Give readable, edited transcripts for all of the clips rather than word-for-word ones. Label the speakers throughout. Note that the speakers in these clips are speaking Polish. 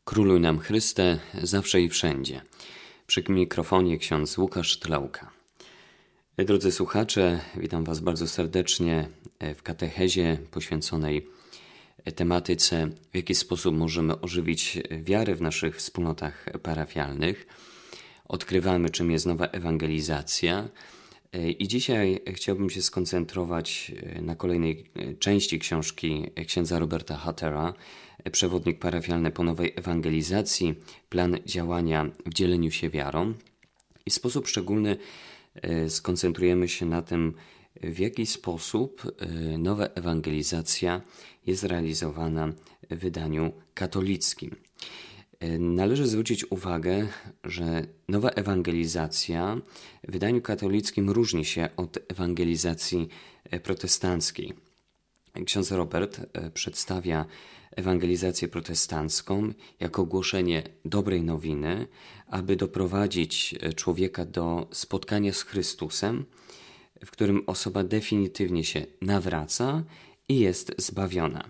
Speaker 1: Króluj nam Chryste, zawsze i wszędzie. Przy mikrofonie ksiądz Łukasz Tlałka. Drodzy słuchacze, witam Was bardzo serdecznie w katechezie poświęconej tematyce, w jaki sposób możemy ożywić wiarę w naszych wspólnotach parafialnych. Odkrywamy, czym jest nowa ewangelizacja. I dzisiaj chciałbym się skoncentrować na kolejnej części książki księdza Roberta Huttera, Przewodnik parafialny po nowej ewangelizacji, plan działania w dzieleniu się wiarą. I w sposób szczególny skoncentrujemy się na tym, w jaki sposób nowa ewangelizacja jest realizowana w wydaniu katolickim. Należy zwrócić uwagę, że nowa ewangelizacja w wydaniu katolickim różni się od ewangelizacji protestanckiej. Ksiądz Robert przedstawia ewangelizację protestancką jako głoszenie dobrej nowiny, aby doprowadzić człowieka do spotkania z Chrystusem, w którym osoba definitywnie się nawraca i jest zbawiona.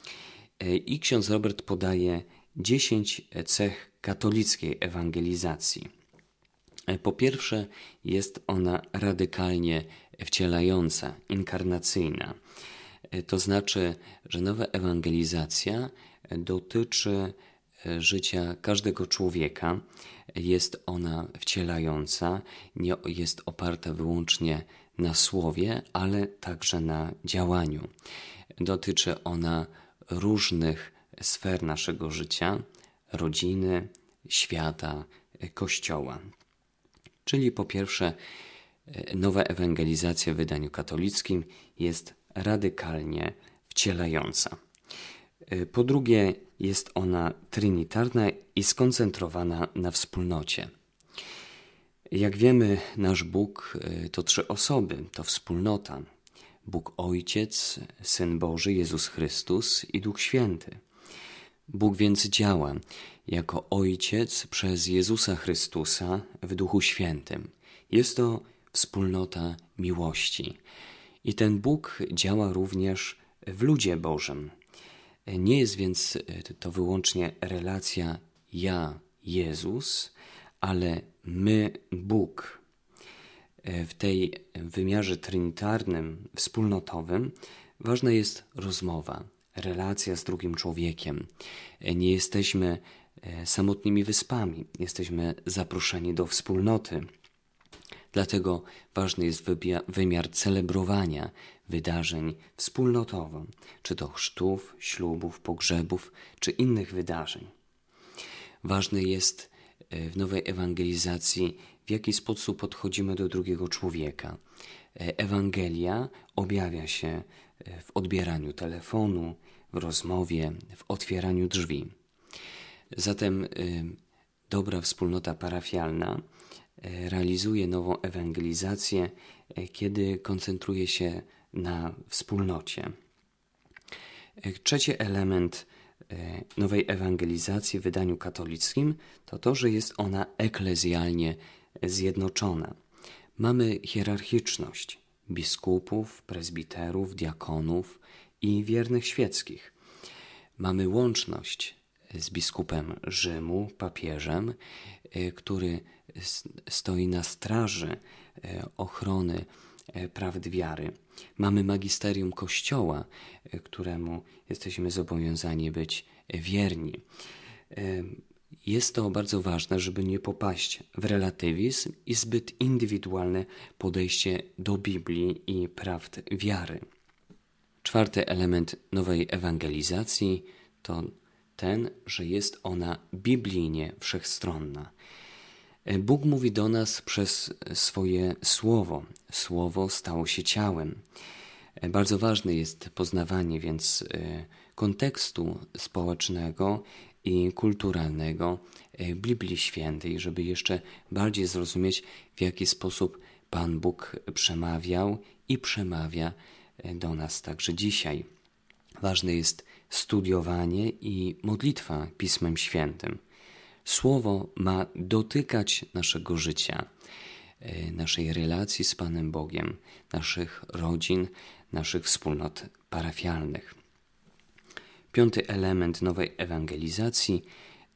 Speaker 1: I ksiądz Robert podaje 10 cech katolickiej ewangelizacji. Po pierwsze, jest ona radykalnie wcielająca, inkarnacyjna. To znaczy, że nowa ewangelizacja dotyczy życia każdego człowieka. Jest ona wcielająca, nie jest oparta wyłącznie na słowie, ale także na działaniu. Dotyczy ona różnych sfer naszego życia, rodziny, świata, Kościoła. Czyli po pierwsze, nowa ewangelizacja w wydaniu katolickim jest radykalnie wcielająca. Po drugie, jest ona trinitarna i skoncentrowana na wspólnocie. Jak wiemy, nasz Bóg to 3 osoby, to wspólnota. Bóg Ojciec, Syn Boży, Jezus Chrystus i Duch Święty. Bóg więc działa jako Ojciec przez Jezusa Chrystusa w Duchu Świętym. Jest to wspólnota miłości. I ten Bóg działa również w ludzie Bożym. Nie jest więc to wyłącznie relacja ja, Jezus, ale my, Bóg. W tej wymiarze trinitarnym, wspólnotowym ważna jest rozmowa, relacja z drugim człowiekiem. Nie jesteśmy samotnymi wyspami, jesteśmy zaproszeni do wspólnoty. Dlatego ważny jest wymiar celebrowania wydarzeń wspólnotowo, czy to chrztów, ślubów, pogrzebów, czy innych wydarzeń. Ważne jest w nowej ewangelizacji, w jaki sposób podchodzimy do drugiego człowieka. Ewangelia objawia się w odbieraniu telefonu, w rozmowie, w otwieraniu drzwi. Zatem dobra wspólnota parafialna realizuje nową ewangelizację, kiedy koncentruje się na wspólnocie. Trzeci element nowej ewangelizacji w wydaniu katolickim to to, że jest ona eklezjalnie zjednoczona. Mamy hierarchiczność biskupów, prezbiterów, diakonów i wiernych świeckich. Mamy łączność z biskupem Rzymu, papieżem, który stoi na straży ochrony prawd wiary. Mamy magisterium Kościoła, któremu jesteśmy zobowiązani być wierni. Jest to bardzo ważne, żeby nie popaść w relatywizm i zbyt indywidualne podejście do Biblii i prawd wiary. Czwarty element nowej ewangelizacji to ten, że jest ona biblijnie wszechstronna. Bóg mówi do nas przez swoje Słowo. Słowo stało się ciałem. Bardzo ważne jest poznawanie więc kontekstu społecznego i kulturalnego Biblii Świętej, żeby jeszcze bardziej zrozumieć, w jaki sposób Pan Bóg przemawiał i przemawia do nas także dzisiaj. Ważne jest studiowanie i modlitwa Pismem Świętym. Słowo ma dotykać naszego życia, naszej relacji z Panem Bogiem, naszych rodzin, naszych wspólnot parafialnych. Piąty element nowej ewangelizacji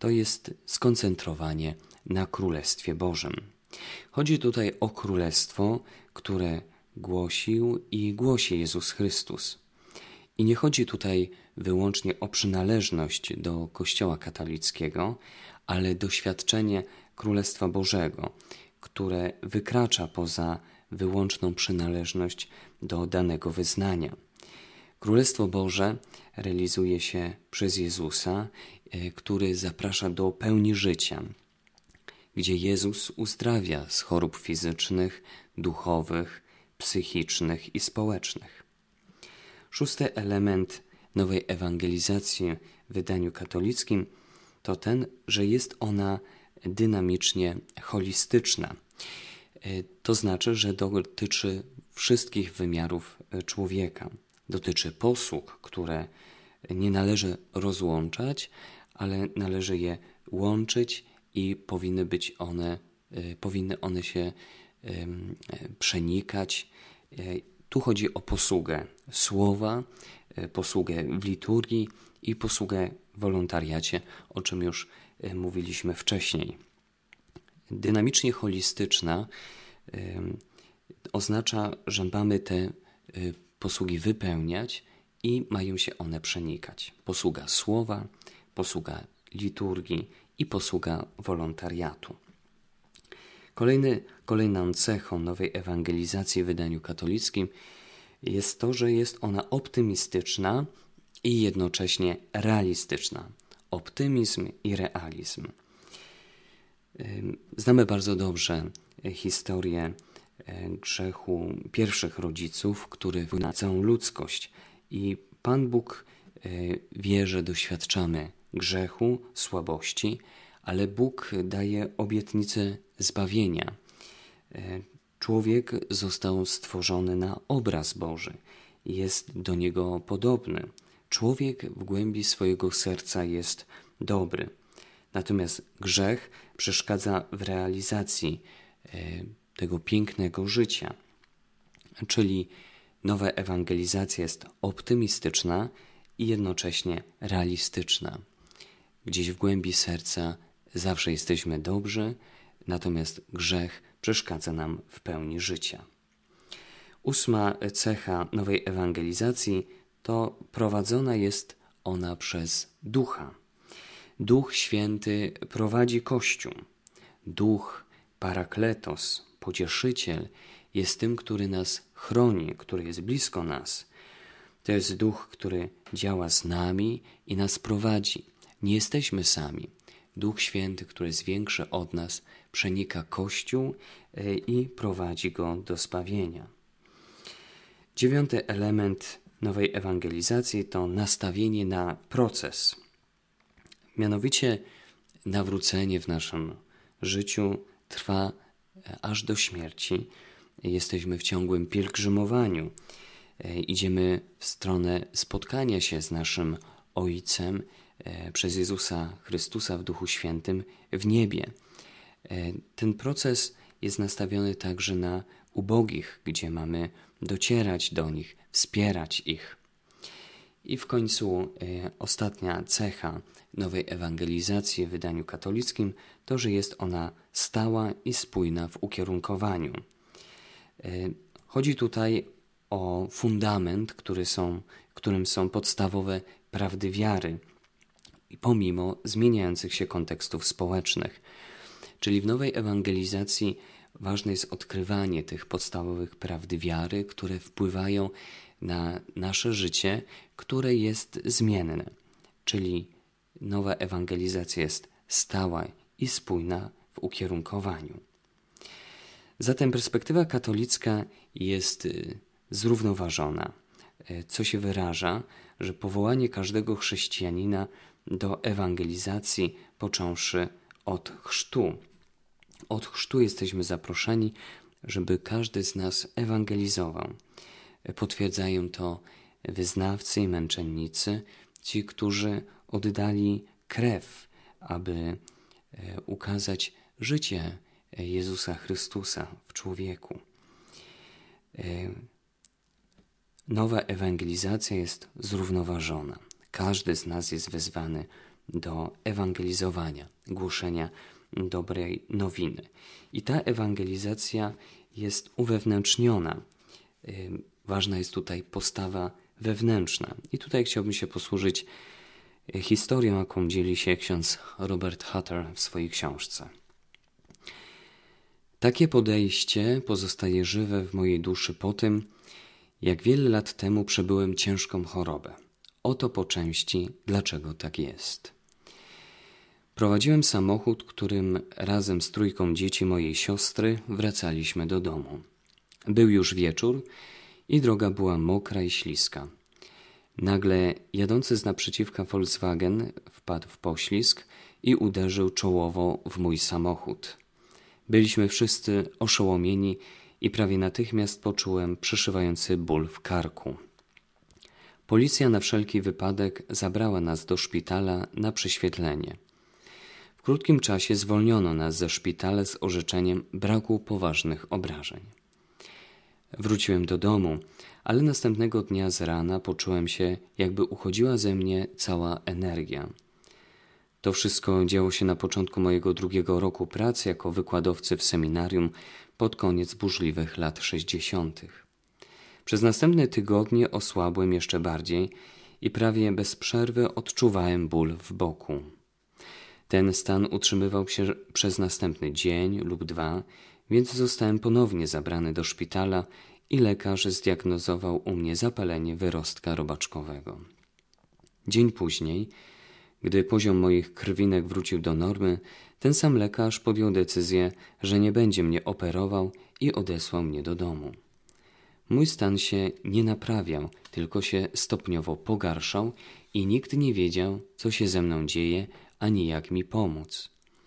Speaker 1: to jest skoncentrowanie na Królestwie Bożym. Chodzi tutaj o Królestwo, które głosił i głosi Jezus Chrystus. I nie chodzi tutaj wyłącznie o przynależność do Kościoła katolickiego, ale doświadczenie Królestwa Bożego, które wykracza poza wyłączną przynależność do danego wyznania. Królestwo Boże realizuje się przez Jezusa, który zaprasza do pełni życia, gdzie Jezus uzdrawia z chorób fizycznych, duchowych, psychicznych i społecznych. 6. element nowej ewangelizacji w wydaniu katolickim to ten, że jest ona dynamicznie holistyczna. To znaczy, że dotyczy wszystkich wymiarów człowieka. Dotyczy posług, które nie należy rozłączać, ale należy je łączyć i powinny one się przenikać. Tu chodzi o posługę słowa, posługę w liturgii i posługę w wolontariacie, o czym już mówiliśmy wcześniej. Dynamicznie holistyczna oznacza, że mamy te posługi wypełniać i mają się one przenikać. Posługa słowa, posługa liturgii i posługa wolontariatu. Kolejną cechą nowej ewangelizacji w wydaniu katolickim jest to, że jest ona optymistyczna i jednocześnie realistyczna. Optymizm i realizm. Znamy bardzo dobrze historię grzechu pierwszych rodziców, który wpływał na całą ludzkość. I Pan Bóg wie, że doświadczamy grzechu, słabości, ale Bóg daje obietnicę zbawienia. Człowiek został stworzony na obraz Boży. Jest do Niego podobny. Człowiek w głębi swojego serca jest dobry. Natomiast grzech przeszkadza w realizacji tego pięknego życia. Czyli nowa ewangelizacja jest optymistyczna i jednocześnie realistyczna. Gdzieś w głębi serca zawsze jesteśmy dobrzy, natomiast grzech przeszkadza nam w pełni życia. 8. cecha nowej ewangelizacji to prowadzona jest ona przez Ducha. Duch Święty prowadzi Kościół. Duch Parakletos, Pocieszyciel, jest tym, który nas chroni, który jest blisko nas. To jest Duch, który działa z nami i nas prowadzi. Nie jesteśmy sami. Duch Święty, który jest większy od nas, przenika Kościół i prowadzi go do zbawienia. 9. element nowej ewangelizacji to nastawienie na proces. Mianowicie nawrócenie w naszym życiu trwa aż do śmierci. Jesteśmy w ciągłym pielgrzymowaniu. Idziemy w stronę spotkania się z naszym Ojcem przez Jezusa Chrystusa w Duchu Świętym w niebie. Ten proces jest nastawiony także na ubogich, gdzie mamy docierać do nich, wspierać ich. I w końcu ostatnia cecha nowej ewangelizacji w wydaniu katolickim to, że jest ona stała i spójna w ukierunkowaniu. Chodzi tutaj o fundament, którym są podstawowe prawdy wiary, pomimo zmieniających się kontekstów społecznych. Czyli w nowej ewangelizacji ważne jest odkrywanie tych podstawowych prawd wiary, które wpływają na nasze życie, które jest zmienne. Czyli nowa ewangelizacja jest stała i spójna w ukierunkowaniu. Zatem perspektywa katolicka jest zrównoważona, co się wyraża, że powołanie każdego chrześcijanina do ewangelizacji, począwszy od chrztu. Od chrztu jesteśmy zaproszeni, żeby każdy z nas ewangelizował. Potwierdzają to wyznawcy i męczennicy, ci, którzy oddali krew, aby ukazać życie Jezusa Chrystusa w człowieku. Nowa ewangelizacja jest zrównoważona. Każdy z nas jest wezwany do ewangelizowania, głoszenia dobrej nowiny. I ta ewangelizacja jest uwewnętrzniona. Ważna jest tutaj postawa wewnętrzna. I tutaj chciałbym się posłużyć historią, jaką dzieli się ksiądz Robert Hutter w swojej książce. Takie podejście pozostaje żywe w mojej duszy po tym, jak wiele lat temu przebyłem ciężką chorobę. Oto po części, dlaczego tak jest. Prowadziłem samochód, którym razem z trójką dzieci mojej siostry wracaliśmy do domu. Był już wieczór i droga była mokra i śliska. Nagle jadący z naprzeciwka Volkswagen wpadł w poślizg i uderzył czołowo w mój samochód. Byliśmy wszyscy oszołomieni i prawie natychmiast poczułem przeszywający ból w karku. Policja na wszelki wypadek zabrała nas do szpitala na prześwietlenie. W krótkim czasie zwolniono nas ze szpitala z orzeczeniem braku poważnych obrażeń. Wróciłem do domu, ale następnego dnia z rana poczułem się, jakby uchodziła ze mnie cała energia. To wszystko działo się na początku mojego 2. roku pracy jako wykładowcy w seminarium pod koniec burzliwych lat 60. Przez następne tygodnie osłabłem jeszcze bardziej i prawie bez przerwy odczuwałem ból w boku. Ten stan utrzymywał się przez następny dzień lub 2, więc zostałem ponownie zabrany do szpitala i lekarz zdiagnozował u mnie zapalenie wyrostka robaczkowego. Dzień później, gdy poziom moich krwinek wrócił do normy, ten sam lekarz podjął decyzję, że nie będzie mnie operował i odesłał mnie do domu. Mój stan się nie naprawiał, tylko się stopniowo pogarszał i nikt nie wiedział, co się ze mną dzieje, ani jak mi pomóc.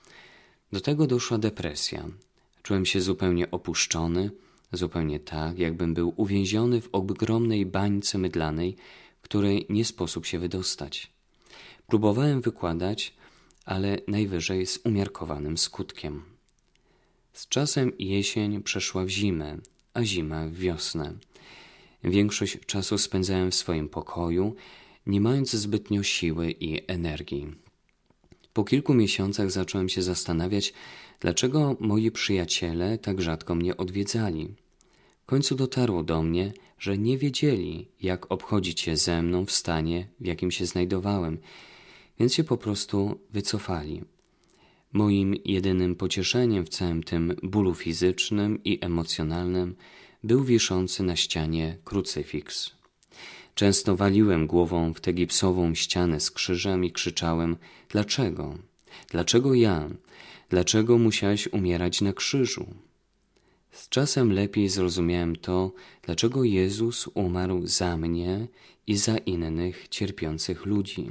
Speaker 1: Do tego doszła depresja. Czułem się zupełnie opuszczony, zupełnie tak, jakbym był uwięziony w ogromnej bańce mydlanej, której nie sposób się wydostać. Próbowałem wykładać, ale najwyżej z umiarkowanym skutkiem. Z czasem jesień przeszła w zimę, a zima w wiosnę. Większość czasu spędzałem w swoim pokoju, nie mając zbytnio siły i energii. Po kilku miesiącach zacząłem się zastanawiać, dlaczego moi przyjaciele tak rzadko mnie odwiedzali. W końcu dotarło do mnie, że nie wiedzieli, jak obchodzić się ze mną w stanie, w jakim się znajdowałem, więc się po prostu wycofali. Moim jedynym pocieszeniem w całym tym bólu fizycznym i emocjonalnym był wiszący na ścianie krucyfiks. Często waliłem głową w tę gipsową ścianę z krzyżem i krzyczałem: dlaczego? Dlaczego ja? Dlaczego musiałeś umierać na krzyżu? Z czasem lepiej zrozumiałem to, dlaczego Jezus umarł za mnie i za innych cierpiących ludzi.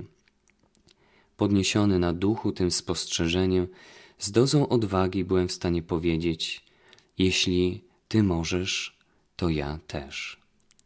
Speaker 1: Podniesiony na duchu tym spostrzeżeniem, z dozą odwagi byłem w stanie powiedzieć: jeśli Ty możesz, to ja też.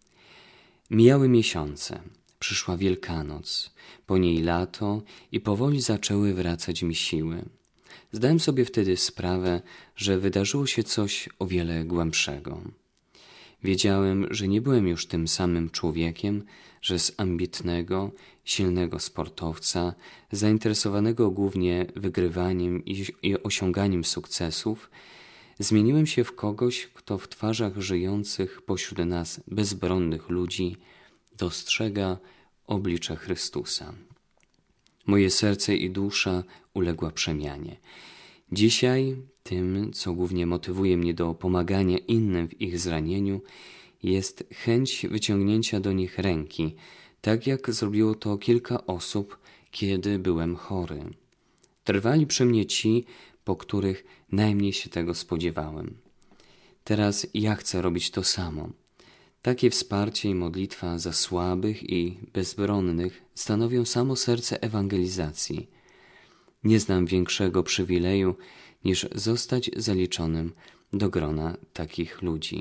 Speaker 1: Mijały miesiące, przyszła Wielkanoc, po niej lato i powoli zaczęły wracać mi siły. Zdałem sobie wtedy sprawę, że wydarzyło się coś o wiele głębszego. Wiedziałem, że nie byłem już tym samym człowiekiem, że z ambitnego, silnego sportowca, zainteresowanego głównie wygrywaniem i osiąganiem sukcesów, zmieniłem się w kogoś, kto w twarzach żyjących pośród nas bezbronnych ludzi dostrzega oblicze Chrystusa. Moje serce i dusza uległa przemianie. Dzisiaj tym, co głównie motywuje mnie do pomagania innym w ich zranieniu, jest chęć wyciągnięcia do nich ręki, tak jak zrobiło to kilka osób, kiedy byłem chory. Trwali przy mnie ci, po których najmniej się tego spodziewałem. Teraz ja chcę robić to samo. Takie wsparcie i modlitwa za słabych i bezbronnych stanowią samo serce ewangelizacji. Nie znam większego przywileju, niż zostać zaliczonym do grona takich ludzi.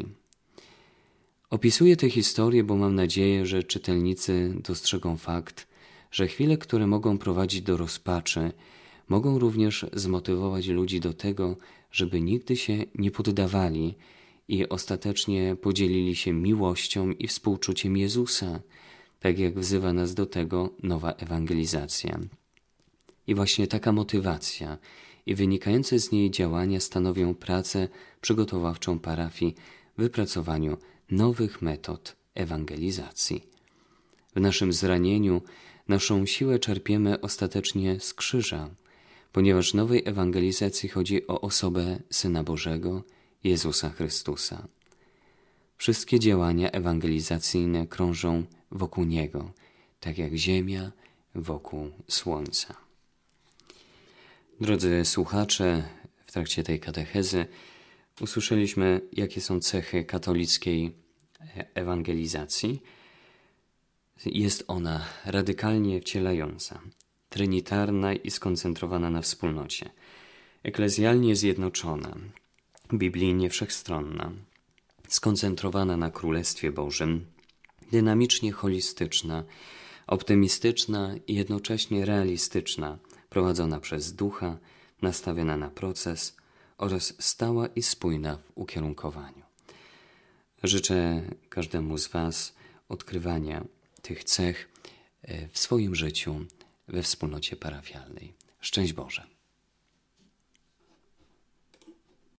Speaker 1: Opisuję tę historię, bo mam nadzieję, że czytelnicy dostrzegą fakt, że chwile, które mogą prowadzić do rozpaczy, mogą również zmotywować ludzi do tego, żeby nigdy się nie poddawali i ostatecznie podzielili się miłością i współczuciem Jezusa, tak jak wzywa nas do tego nowa ewangelizacja. I właśnie taka motywacja i wynikające z niej działania stanowią pracę przygotowawczą parafii w wypracowaniu nowych metod ewangelizacji. W naszym zranieniu naszą siłę czerpiemy ostatecznie z krzyża, ponieważ w nowej ewangelizacji chodzi o osobę Syna Bożego, Jezusa Chrystusa. Wszystkie działania ewangelizacyjne krążą wokół Niego, tak jak ziemia wokół słońca. Drodzy słuchacze, w trakcie tej katechezy usłyszeliśmy, jakie są cechy katolickiej ewangelizacji. Jest ona radykalnie wcielająca, trinitarna i skoncentrowana na wspólnocie, eklezjalnie zjednoczona, biblijnie wszechstronna, skoncentrowana na Królestwie Bożym, dynamicznie holistyczna, optymistyczna i jednocześnie realistyczna, prowadzona przez Ducha, nastawiona na proces oraz stała i spójna w ukierunkowaniu. Życzę każdemu z Was odkrywania tych cech w swoim życiu we wspólnocie parafialnej. Szczęść Boże!